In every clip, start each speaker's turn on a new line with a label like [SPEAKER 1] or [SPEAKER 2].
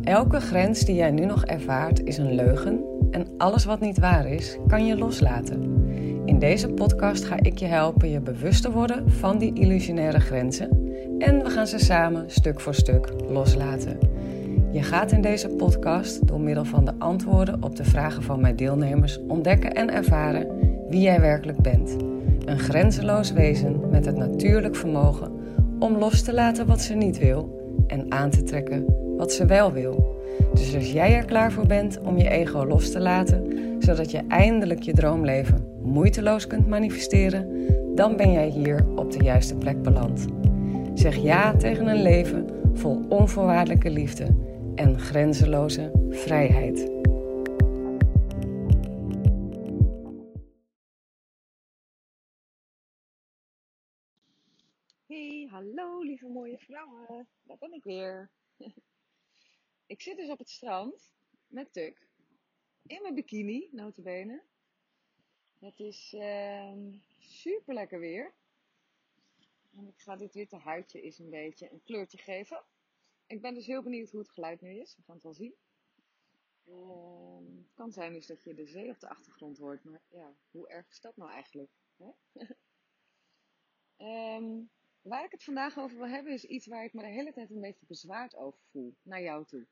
[SPEAKER 1] Elke grens die jij nu nog ervaart is een leugen en alles wat niet waar is, kan je loslaten. In deze podcast ga ik je helpen je bewust te worden van die illusionaire grenzen en we gaan ze samen stuk voor stuk loslaten. Je gaat in deze podcast door middel van de antwoorden op de vragen van mijn deelnemers ontdekken en ervaren wie jij werkelijk bent. Een grenzeloos wezen met het natuurlijk vermogen om los te laten wat ze niet wil en aan te trekken wat ze wel wil. Dus als jij er klaar voor bent om je ego los te laten, zodat je eindelijk je droomleven moeiteloos kunt manifesteren, dan ben jij hier op de juiste plek beland. Zeg ja tegen een leven vol onvoorwaardelijke liefde en grenzeloze vrijheid.
[SPEAKER 2] Hey, hallo lieve mooie vrouwen. Daar ben ik weer. Ik zit dus op het strand met Tuk. In mijn bikini, nota bene. Het is super lekker weer. En ik ga dit witte huidje eens een beetje een kleurtje geven. Ik ben dus heel benieuwd hoe het geluid nu is. We gaan het wel zien. Het kan zijn dus dat je de zee op de achtergrond hoort. Maar ja, hoe erg is dat nou eigenlijk? Hè? Waar ik het vandaag over wil hebben is iets waar ik me de hele tijd een beetje bezwaard over voel. Naar jou toe.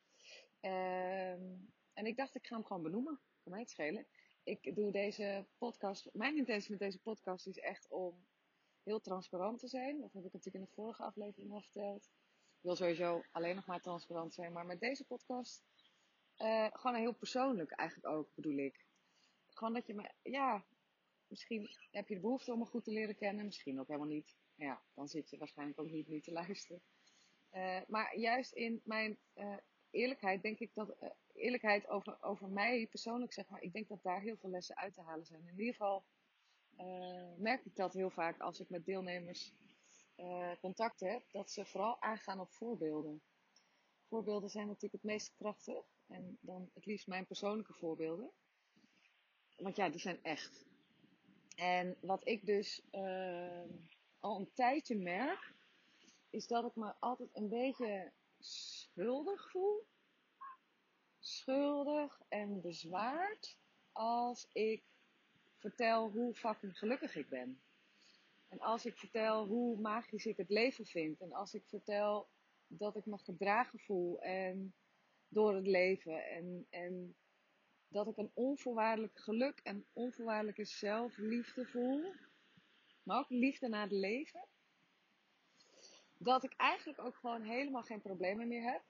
[SPEAKER 2] En ik dacht, ik ga hem gewoon benoemen. Kan mij het schelen. Ik doe deze podcast. Mijn intentie met deze podcast is echt om heel transparant te zijn. Dat heb ik natuurlijk in de vorige aflevering al verteld. Ik wil sowieso alleen nog maar transparant zijn. Maar met deze podcast gewoon heel persoonlijk eigenlijk ook, bedoel ik. Gewoon dat je me, ja, misschien heb je de behoefte om me goed te leren kennen. Misschien ook helemaal niet. Ja, dan zit je waarschijnlijk ook niet te luisteren. Maar juist in mijn eerlijkheid denk ik dat eerlijkheid over mij persoonlijk, zeg maar, ik denk dat daar heel veel lessen uit te halen zijn. In ieder geval merk ik dat heel vaak als ik met deelnemers contact heb, dat ze vooral aangaan op voorbeelden. Voorbeelden zijn natuurlijk het meest krachtig en dan het liefst mijn persoonlijke voorbeelden. Want ja, die zijn echt. En wat ik dus al een tijdje merk, is dat ik me altijd een beetje schuldig voel. Schuldig en bezwaard als ik vertel hoe fucking gelukkig ik ben. En als ik vertel hoe magisch ik het leven vind. En als ik vertel dat ik me gedragen voel en door het leven. En dat ik een onvoorwaardelijk geluk en onvoorwaardelijke zelfliefde voel. Maar ook liefde naar het leven. Dat ik eigenlijk ook gewoon helemaal geen problemen meer heb.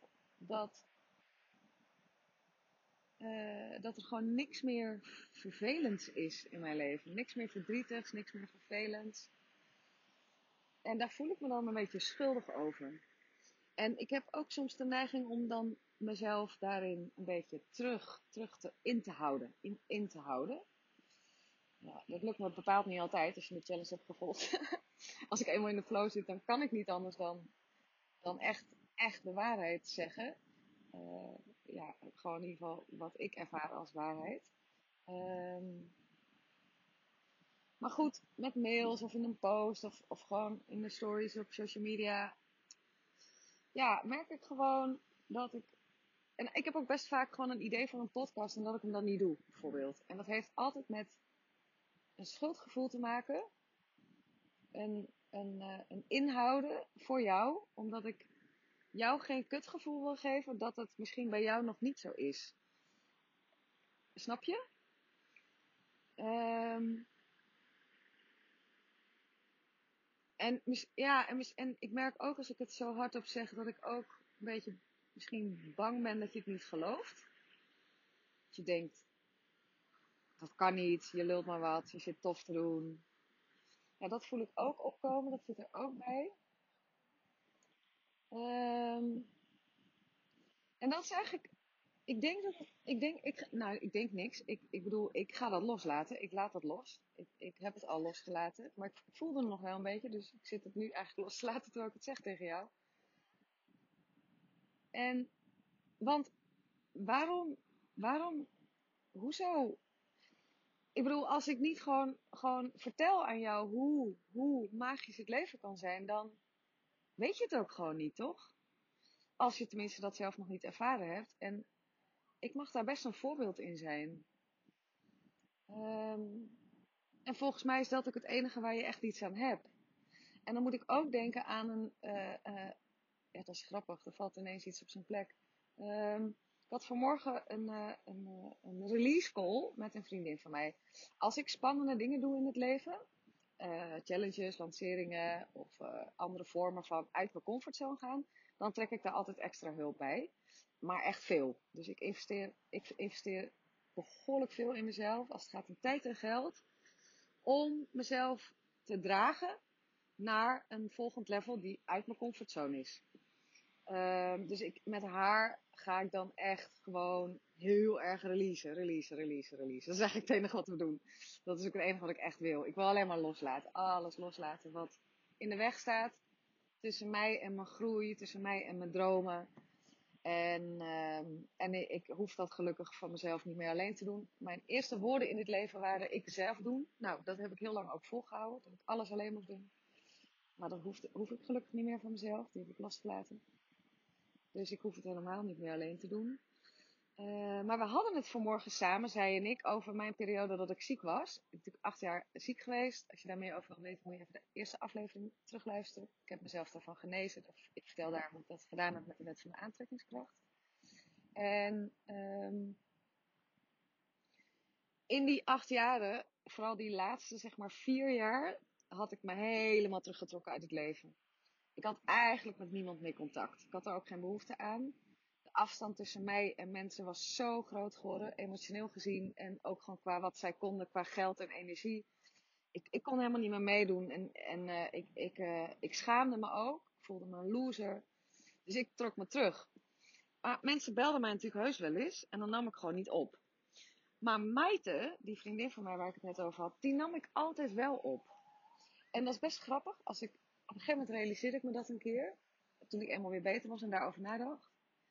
[SPEAKER 2] Dat er gewoon niks meer vervelends is in mijn leven. Niks meer verdrietigs, niks meer vervelends. En daar voel ik me dan een beetje schuldig over. En ik heb ook soms de neiging om dan mezelf daarin een beetje in te houden. In te houden. Ja, dat lukt me bepaald niet altijd als je de challenge hebt gevolgd. Als ik eenmaal in de flow zit, dan kan ik niet anders dan echt de waarheid zeggen. Ja, gewoon in ieder geval wat ik ervaar als waarheid. Maar goed, met mails of in een post of gewoon in de stories op social media. Ja, merk ik gewoon dat ik. En ik heb ook best vaak gewoon een idee voor een podcast en dat ik hem dan niet doe, bijvoorbeeld. En dat heeft altijd met een schuldgevoel te maken. Een inhouden voor jou, omdat ik jou geen kutgevoel wil geven dat het misschien bij jou nog niet zo is. Snap je? En ik merk ook als ik het zo hardop zeg dat ik ook een beetje misschien bang ben dat je het niet gelooft. Dat je denkt, dat kan niet, je lult maar wat, je zit tof te doen. Ja, dat voel ik ook opkomen, dat zit er ook bij. En dat is eigenlijk, ik denk niks. Ik bedoel, ik ga dat loslaten, ik laat dat los. Ik heb het al losgelaten, maar ik voelde hem nog wel een beetje, dus ik zit het nu eigenlijk los te laten terwijl ik het zeg tegen jou. En, want waarom, hoezo? Ik bedoel, als ik niet gewoon vertel aan jou hoe magisch het leven kan zijn, dan weet je het ook gewoon niet, toch? Als je tenminste dat zelf nog niet ervaren hebt. En ik mag daar best een voorbeeld in zijn. Ehm, en volgens mij is dat ook het enige waar je echt iets aan hebt. En dan moet ik ook denken aan een... ja, dat is grappig, er valt ineens iets op zijn plek. Ik had vanmorgen een release call met een vriendin van mij. Als ik spannende dingen doe in het leven, challenges, lanceringen of andere vormen van uit mijn comfortzone gaan, dan trek ik daar altijd extra hulp bij. Maar echt veel. Dus ik investeer behoorlijk veel in mezelf als het gaat om tijd en geld. Om mezelf te dragen naar een volgend level die uit mijn comfortzone is. Dus met haar ga ik dan echt gewoon heel erg releasen. Dat is eigenlijk het enige wat we doen. Dat is ook het enige wat ik echt wil. Ik wil alleen maar loslaten. Alles loslaten wat in de weg staat. Tussen mij en mijn groei. Tussen mij en mijn dromen. En ik hoef dat gelukkig van mezelf niet meer alleen te doen. Mijn eerste woorden in het leven waren ik zelf doen. Nou, dat heb ik heel lang ook volgehouden. Dat ik alles alleen moest doen. Maar dat hoef ik gelukkig niet meer van mezelf. Die heb ik losgelaten. Dus ik hoef het helemaal niet meer alleen te doen. Maar we hadden het vanmorgen samen, zij en ik, over mijn periode dat ik ziek was. Ik ben natuurlijk 8 jaar ziek geweest. Als je daar meer over wil weten, moet je even de eerste aflevering terugluisteren. Ik heb mezelf daarvan genezen. Of ik vertel daar hoe ik dat gedaan heb met de wet van de aantrekkingskracht. En in die 8 jaren, vooral die laatste zeg maar 4 jaar, had ik me helemaal teruggetrokken uit het leven. Ik had eigenlijk met niemand meer contact. Ik had er ook geen behoefte aan. De afstand tussen mij en mensen was zo groot geworden, emotioneel gezien. En ook gewoon qua wat zij konden, qua geld en energie. Ik kon helemaal niet meer meedoen. Ik schaamde me ook. Ik voelde me een loser. Dus ik trok me terug. Maar mensen belden mij natuurlijk heus wel eens. En dan nam ik gewoon niet op. Maar Maite, die vriendin van mij waar ik het net over had, die nam ik altijd wel op. En dat is best grappig. Op een gegeven moment realiseerde ik me dat een keer. Toen ik eenmaal weer beter was en daarover nadacht.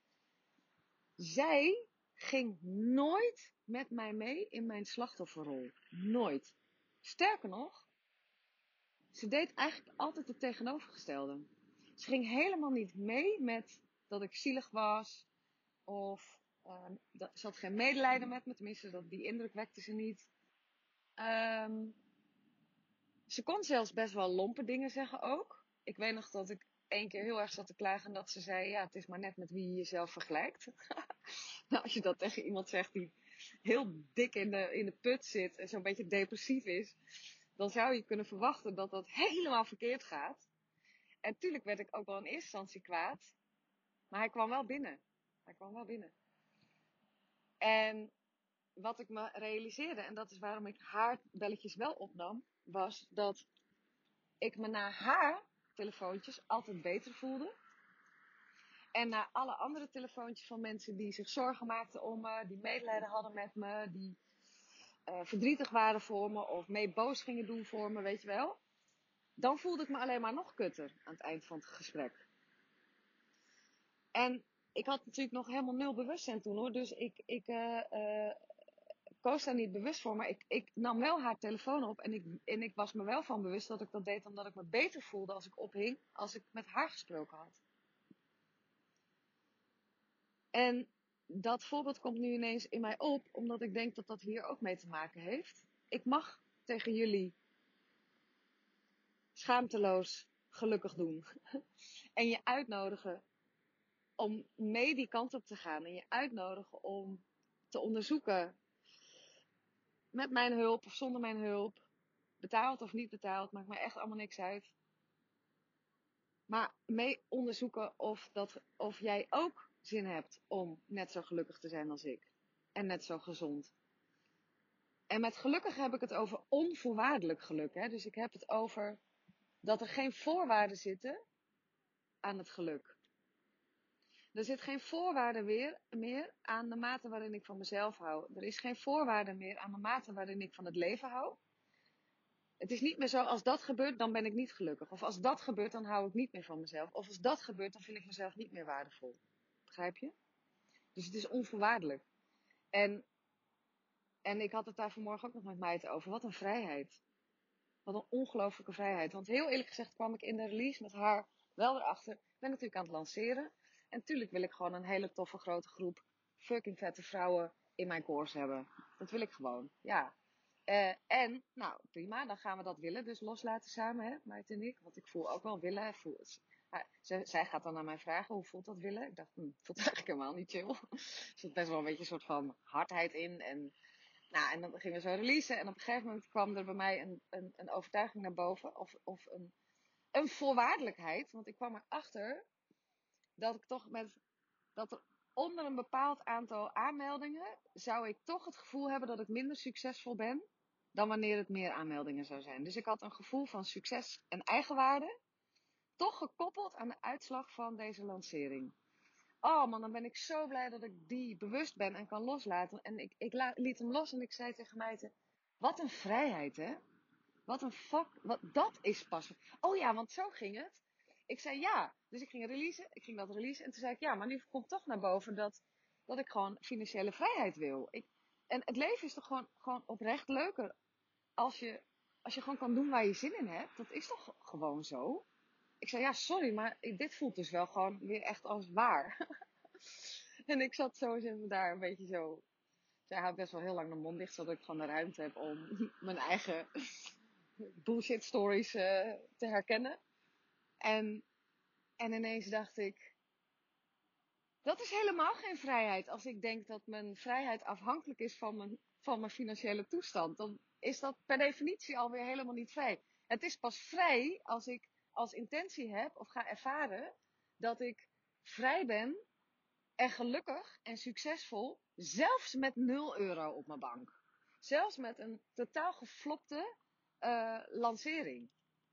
[SPEAKER 2] Zij ging nooit met mij mee in mijn slachtofferrol. Nooit. Sterker nog, ze deed eigenlijk altijd het tegenovergestelde. Ze ging helemaal niet mee met dat ik zielig was. Of ze had geen medelijden met me. Tenminste, die indruk wekte ze niet. Ze kon zelfs best wel lompe dingen zeggen ook. Ik weet nog dat ik 1 keer heel erg zat te klagen en dat ze zei, ja, het is maar net met wie je jezelf vergelijkt. Nou, als je dat tegen iemand zegt die heel dik in de put zit en zo'n beetje depressief is, dan zou je kunnen verwachten dat dat helemaal verkeerd gaat. En tuurlijk werd ik ook wel in eerste instantie kwaad, maar hij kwam wel binnen. En wat ik me realiseerde, en dat is waarom ik haar belletjes wel opnam, was dat ik me na haar telefoontjes altijd beter voelde. En na alle andere telefoontjes van mensen die zich zorgen maakten om me, die medelijden hadden met me, die verdrietig waren voor me of mee boos gingen doen voor me, weet je wel. Dan voelde ik me alleen maar nog kutter aan het eind van het gesprek. En ik had natuurlijk nog helemaal 0 bewustzijn toen hoor, dus ik koos daar niet bewust voor, maar ik nam wel haar telefoon op en ik was me wel van bewust dat ik dat deed omdat ik me beter voelde als ik ophing, als ik met haar gesproken had. En dat voorbeeld komt nu ineens in mij op, omdat ik denk dat dat hier ook mee te maken heeft. Ik mag tegen jullie schaamteloos gelukkig doen. En je uitnodigen om mee die kant op te gaan. En je uitnodigen om te onderzoeken met mijn hulp of zonder mijn hulp. Betaald of niet betaald, maakt me echt allemaal niks uit. Maar mee onderzoeken of jij ook zin hebt om net zo gelukkig te zijn als ik. En net zo gezond. En met gelukkig heb ik het over onvoorwaardelijk geluk. Hè? Dus ik heb het over dat er geen voorwaarden zitten aan het geluk. Er zit geen voorwaarde meer aan de mate waarin ik van mezelf hou. Er is geen voorwaarde meer aan de mate waarin ik van het leven hou. Het is niet meer zo, als dat gebeurt, dan ben ik niet gelukkig. Of als dat gebeurt, dan hou ik niet meer van mezelf. Of als dat gebeurt, dan vind ik mezelf niet meer waardevol. Begrijp je? Dus het is onvoorwaardelijk. En ik had het daar vanmorgen ook nog met Maite over. Wat een vrijheid. Wat een ongelooflijke vrijheid. Want heel eerlijk gezegd kwam ik in de release met haar wel erachter. Ik ben natuurlijk aan het lanceren. En natuurlijk wil ik gewoon een hele toffe grote groep fucking vette vrouwen in mijn course hebben. Dat wil ik gewoon, ja. En, nou prima, dan gaan we dat willen dus loslaten samen, hè, Marit en ik. Want ik voel ook wel willen. Zij gaat dan naar mij vragen, hoe voelt dat willen? Ik dacht, voelt eigenlijk helemaal niet chill. Er zit best wel een beetje een soort van hardheid in. En dan gingen we zo releasen. En op een gegeven moment kwam er bij mij een overtuiging naar boven. Of een voorwaardelijkheid. Want ik kwam erachter dat ik toch dat er onder een bepaald aantal aanmeldingen zou ik toch het gevoel hebben dat ik minder succesvol ben dan wanneer het meer aanmeldingen zou zijn. Dus ik had een gevoel van succes en eigenwaarde, toch gekoppeld aan de uitslag van deze lancering. Oh man, dan ben ik zo blij dat ik die bewust ben en kan loslaten. En ik liet hem los en ik zei tegen Meijten, wat een vrijheid hè. Wat een fuck, dat is pas. Oh ja, want zo ging het. Ik zei ja, dus ik ging dat releasen. En toen zei ik ja, maar nu komt toch naar boven dat ik gewoon financiële vrijheid wil. En het leven is toch gewoon oprecht leuker als je gewoon kan doen waar je zin in hebt. Dat is toch gewoon zo? Ik zei ja, sorry, maar dit voelt dus wel gewoon weer echt als waar. En ik zat zo eens daar een beetje zo. Zij houdt best wel heel lang de mond dicht, zodat ik gewoon de ruimte heb om mijn eigen bullshit stories te herkennen. En ineens dacht ik, dat is helemaal geen vrijheid. Als ik denk dat mijn vrijheid afhankelijk is van mijn financiële toestand, dan is dat per definitie alweer helemaal niet vrij. Het is pas vrij als ik als intentie heb of ga ervaren dat ik vrij ben en gelukkig en succesvol, zelfs met 0 euro op mijn bank. Zelfs met een totaal geflopte lancering.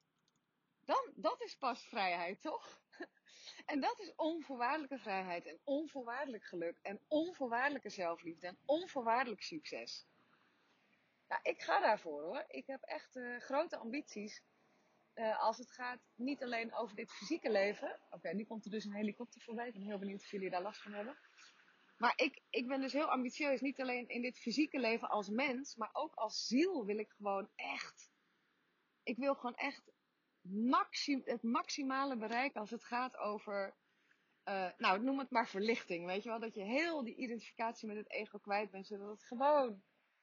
[SPEAKER 2] Dat is pas vrijheid, toch? En dat is onvoorwaardelijke vrijheid en onvoorwaardelijk geluk en onvoorwaardelijke zelfliefde en onvoorwaardelijk succes. Ja, ik ga daarvoor hoor. Ik heb echt grote ambities. Als het gaat niet alleen over dit fysieke leven. Oké, nu komt er dus een helikopter voorbij. Ik ben heel benieuwd of jullie daar last van hebben. Maar ik ben dus heel ambitieus. Niet alleen in dit fysieke leven als mens, maar ook als ziel wil ik gewoon echt. Ik wil gewoon echt het maximale bereiken als het gaat over, nou noem het maar verlichting, weet je wel. Dat je heel die identificatie met het ego kwijt bent, zodat het gewoon,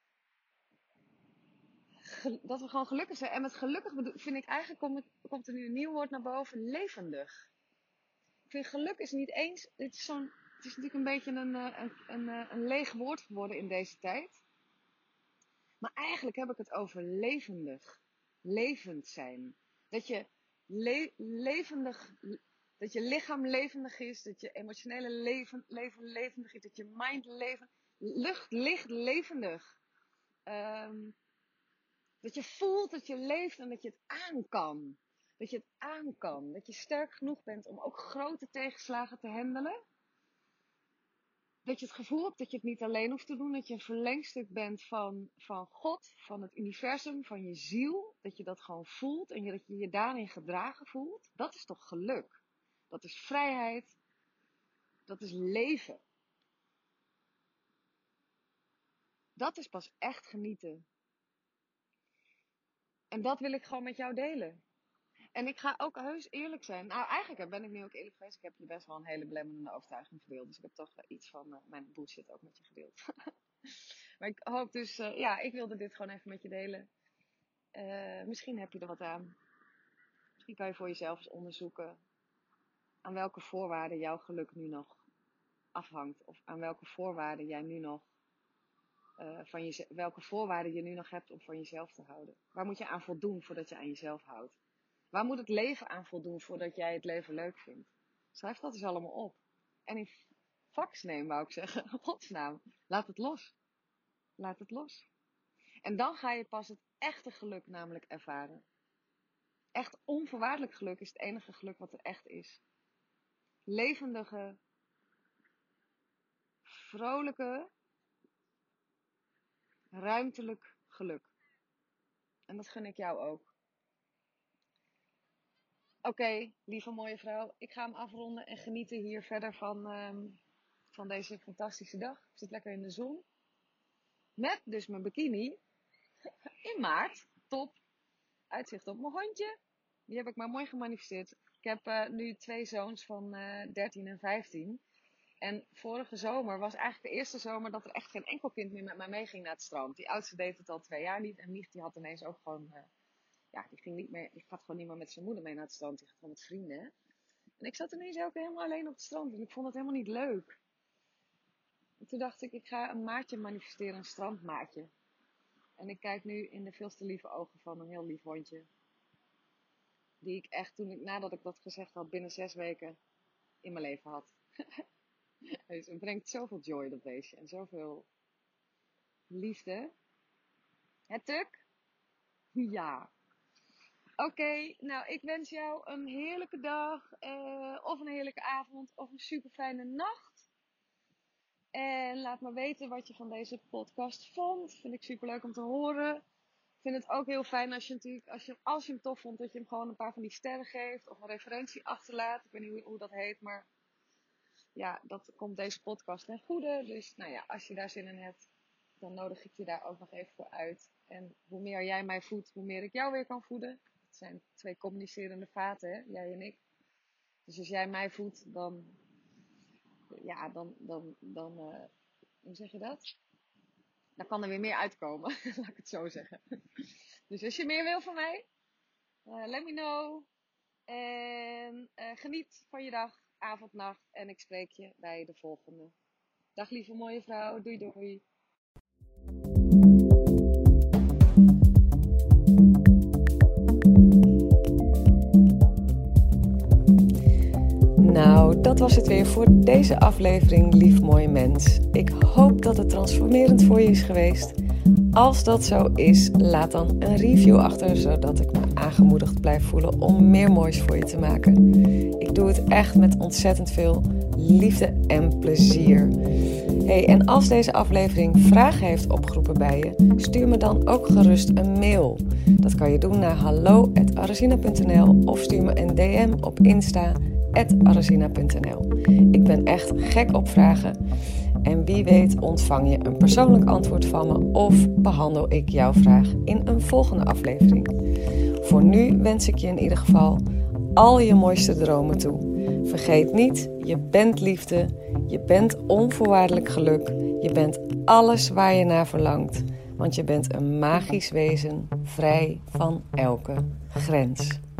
[SPEAKER 2] dat we gewoon gelukkig zijn. En met gelukkig vind ik eigenlijk, komt er nu een nieuw woord naar boven, levendig. Ik vind geluk is niet eens, het is natuurlijk een beetje een leeg woord geworden in deze tijd. Maar eigenlijk heb ik het over levendig. Levend zijn. Dat je levendig, dat je lichaam levendig is, dat je emotionele leven levendig is, dat je mind licht levendig. Dat je voelt dat je leeft en dat je het aan kan. Dat je het aan kan. Dat je sterk genoeg bent om ook grote tegenslagen te handelen. Dat je het gevoel hebt dat je het niet alleen hoeft te doen. Dat je een verlengstuk bent van God, van het universum, van je ziel. Dat je dat gewoon voelt en dat je je daarin gedragen voelt. Dat is toch geluk? Dat is vrijheid. Dat is leven. Dat is pas echt genieten. En dat wil ik gewoon met jou delen. En ik ga ook heus eerlijk zijn. Nou, eigenlijk ben ik nu ook eerlijk geweest. Ik heb je best wel een hele belemmerende overtuiging gedeeld. Dus ik heb toch iets van mijn bullshit ook met je gedeeld. Maar ik hoop dus, ik wilde dit gewoon even met je delen. Misschien heb je er wat aan. Misschien kan je voor jezelf eens onderzoeken aan welke voorwaarden jouw geluk nu nog afhangt. Of aan welke voorwaarden jij nu nog welke voorwaarden je nu nog hebt om van jezelf te houden. Waar moet je aan voldoen voordat je aan jezelf houdt? Waar moet het leven aan voldoen voordat jij het leven leuk vindt? Schrijf dat eens allemaal op. En in vaksneem wou ik zeggen, godsnaam, laat het los. Laat het los. En dan ga je pas het echte geluk namelijk ervaren. Echt onvoorwaardelijk geluk is het enige geluk wat er echt is. Levendige, vrolijke, ruimtelijk geluk. En dat gun ik jou ook. Oké, lieve mooie vrouw, ik ga hem afronden en genieten hier verder van deze fantastische dag. Ik zit lekker in de zon. Met dus mijn bikini in maart. Top. Uitzicht op mijn hondje. Die heb ik maar mooi gemanifesteerd. Ik heb nu 2 zoons van 13 en 15. En vorige zomer was eigenlijk de eerste zomer dat er echt geen enkel kind meer met mij meeging naar het strand. Die oudste deed het al 2 jaar niet. En Mich die had ineens ook gewoon, die gaat gewoon niet meer met zijn moeder mee naar het strand. Die gaat gewoon met vrienden. Hè? En ik zat ineens ook helemaal alleen op het strand. En ik vond het helemaal niet leuk. En toen dacht ik ga een maatje manifesteren, een strandmaatje. En ik kijk nu in de veel te lieve ogen van een heel lief hondje. Die ik echt, nadat ik dat gezegd had, binnen 6 weken in mijn leven had. Dus het brengt zoveel joy, dat beestje. En zoveel liefde. Hè, Tuk? Ja. Oké, nou ik wens jou een heerlijke dag. Of een heerlijke avond. Of een super fijne nacht. En laat me weten wat je van deze podcast vond. Vind ik super leuk om te horen. Ik vind het ook heel fijn als je hem tof vond, dat je hem gewoon een paar van die sterren geeft. Of een referentie achterlaat. Ik weet niet hoe dat heet, maar ja, dat komt deze podcast ten goede. Dus nou ja, als je daar zin in hebt, dan nodig ik je daar ook nog even voor uit. En hoe meer jij mij voedt, hoe meer ik jou weer kan voeden. Het zijn 2 communicerende vaten, hè? Jij en ik. Dus als jij mij voedt, dan hoe zeg je dat? Dan kan er weer meer uitkomen, laat ik het zo zeggen. Dus als je meer wil van mij, let me know. En geniet van je dag, avond, nacht. En ik spreek je bij de volgende. Dag lieve mooie vrouw. Doei doei.
[SPEAKER 1] Nou, dat was het weer voor deze aflevering, lief mooi mens. Ik hoop dat het transformerend voor je is geweest. Als dat zo is, laat dan een review achter, zodat ik me aangemoedigd blijf voelen om meer moois voor je te maken. Ik doe het echt met ontzettend veel liefde en plezier. Hey, en als deze aflevering vragen heeft opgeroepen bij je, stuur me dan ook gerust een mail. Dat kan je doen naar hallo@arrezina.nl of stuur me een DM op Insta @arrezina.nl. Ik ben echt gek op vragen. En wie weet ontvang je een persoonlijk antwoord van me of behandel ik jouw vraag in een volgende aflevering. Voor nu wens ik je in ieder geval al je mooiste dromen toe. Vergeet niet, je bent liefde, je bent onvoorwaardelijk geluk, je bent alles waar je naar verlangt. Want je bent een magisch wezen, vrij van elke grens.